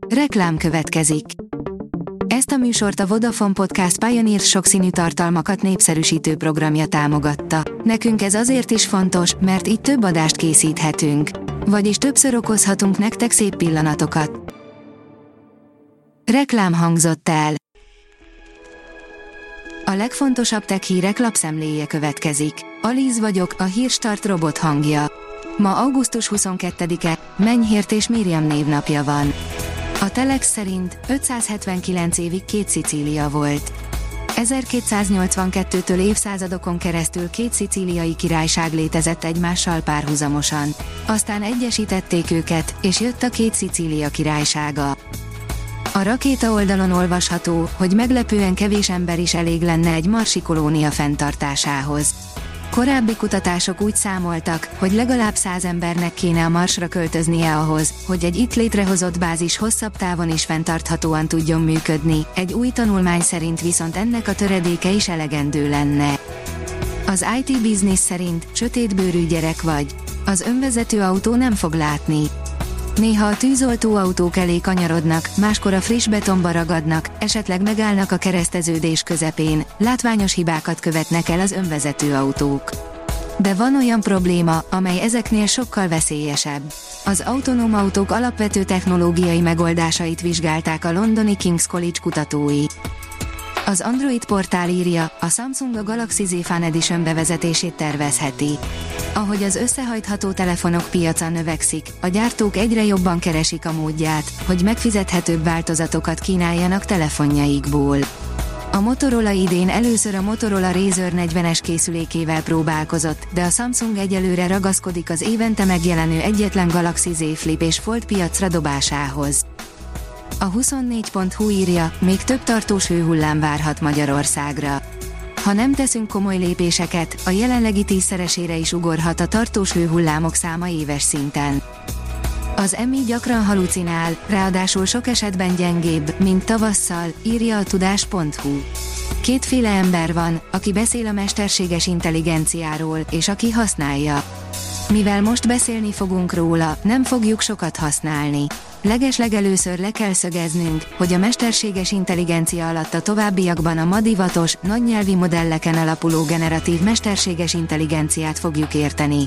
Reklám következik. Ezt a műsort a Vodafone Podcast Pioneer sokszínű tartalmakat népszerűsítő programja támogatta. Nekünk ez azért is fontos, mert így több adást készíthetünk. Vagyis többször okozhatunk nektek szép pillanatokat. Reklám hangzott el. A legfontosabb tech hírek lapszemléje következik. Alíz vagyok, a Hírstart robot hangja. Ma augusztus 22-e, Menyhért és Miriam névnapja van. A Telex szerint 579 évig két Szicília volt. 1282-től évszázadokon keresztül két szicíliai királyság létezett egymással párhuzamosan. Aztán egyesítették őket, és jött a két Szicília királysága. A rakéta oldalon olvasható, hogy meglepően kevés ember is elég lenne egy marsi kolónia fenntartásához. Korábbi kutatások úgy számoltak, hogy legalább 100 embernek kéne a Marsra költöznie ahhoz, hogy egy itt létrehozott bázis hosszabb távon is fenntarthatóan tudjon működni, egy új tanulmány szerint viszont ennek a töredéke is elegendő lenne. Az IT Business szerint sötétbőrű gyerek vagy. Az önvezető autó nem fog látni. Néha a tűzoltóautók elé kanyarodnak, máskor a friss betonba ragadnak, esetleg megállnak a kereszteződés közepén, látványos hibákat követnek el az önvezető autók. De van olyan probléma, amely ezeknél sokkal veszélyesebb. Az autonóm autók alapvető technológiai megoldásait vizsgálták a londoni King's College kutatói. Az Android portál írja, a Samsung a Galaxy Z Fan Edition bevezetését tervezheti. Ahogy az összehajtható telefonok piaca növekszik, a gyártók egyre jobban keresik a módját, hogy megfizethetőbb változatokat kínáljanak telefonjaikból. A Motorola idén először a Motorola Razr 40-es készülékével próbálkozott, de a Samsung egyelőre ragaszkodik az évente megjelenő egyetlen Galaxy Z Flip és Fold piacra dobásához. A 24.hu írja, még több tartós hőhullám várhat Magyarországra. Ha nem teszünk komoly lépéseket, a jelenlegi 10-szeresére is ugorhat a tartós hőhullámok száma éves szinten. Az EMI gyakran halucinál, ráadásul sok esetben gyengébb, mint tavasszal, írja a tudás.hu. Kétféle ember van, aki beszél a mesterséges intelligenciáról, és aki használja. Mivel most beszélni fogunk róla, nem fogjuk sokat használni. Legeslegelőször le kell szögeznünk, hogy a mesterséges intelligencia alatt a továbbiakban a ma divatos, nagynyelvi modelleken alapuló generatív mesterséges intelligenciát fogjuk érteni.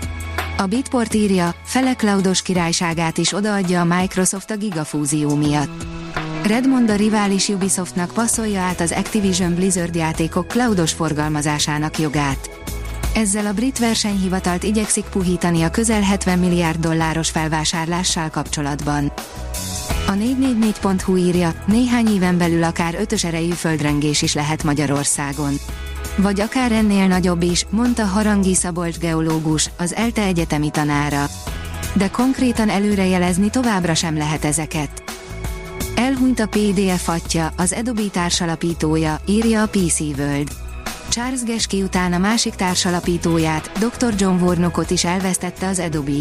A Bitport írja, fele cloudos királyságát is odaadja a Microsoft a gigafúzió miatt. Redmond a rivális Ubisoftnak passzolja át az Activision Blizzard játékok cloudos forgalmazásának jogát. Ezzel a brit versenyhivatalt igyekszik puhítani a közel 70 milliárd dolláros felvásárlással kapcsolatban. A 444.hu írja, néhány éven belül akár 5-ös erejű földrengés is lehet Magyarországon. Vagy akár ennél nagyobb is, mondta Harangi Szabolcs geológus, az ELTE egyetemi tanára. De konkrétan előrejelezni továbbra sem lehet ezeket. Elhunyt a PDF atyja, az Adobe társalapítója, írja a PC World. Charles Geschke után a másik társalapítóját, Dr. John Warnockot is elvesztette az Adobe.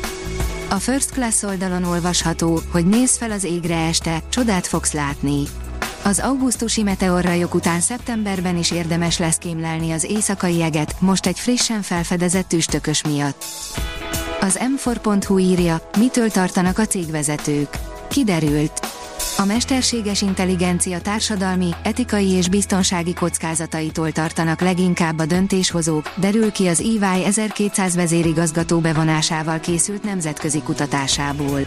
A First Class oldalon olvasható, hogy nézz fel az égre este, csodát fogsz látni. Az augusztusi meteorrajok után szeptemberben is érdemes lesz kémlelni az éjszakai jeget, most egy frissen felfedezett üstökös miatt. Az m4.hu írja, mitől tartanak a cégvezetők. Kiderült. A mesterséges intelligencia társadalmi, etikai és biztonsági kockázataitól tartanak leginkább a döntéshozók, derül ki az EY 1200 vezérigazgató bevonásával készült nemzetközi kutatásából.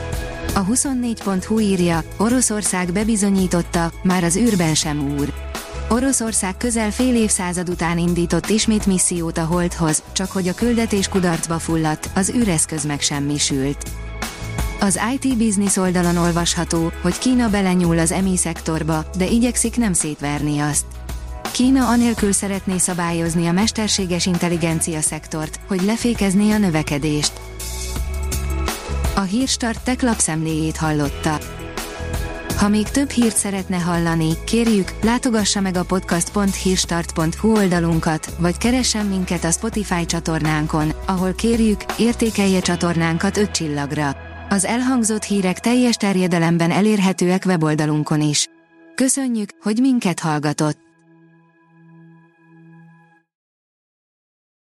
A 24.hu írja, Oroszország bebizonyította, már az űrben sem úr. Oroszország közel fél évszázad után indított ismét missziót a Holdhoz, csak hogy a küldetés kudarcba fulladt, az űreszköz megsemmisült. Az IT Business oldalon olvasható, hogy Kína belenyúl az EMI szektorba, de igyekszik nem szétverni azt. Kína anélkül szeretné szabályozni a mesterséges intelligencia szektort, hogy lefékezné a növekedést. A Hírstart tech lapszemléjét hallotta. Ha még több hírt szeretne hallani, kérjük, látogassa meg a podcast.hírstart.hu oldalunkat, vagy keressen minket a Spotify csatornánkon, ahol kérjük, értékelje csatornánkat 5 csillagra. Az elhangzott hírek teljes terjedelemben elérhetőek weboldalunkon is. Köszönjük, hogy minket hallgatott!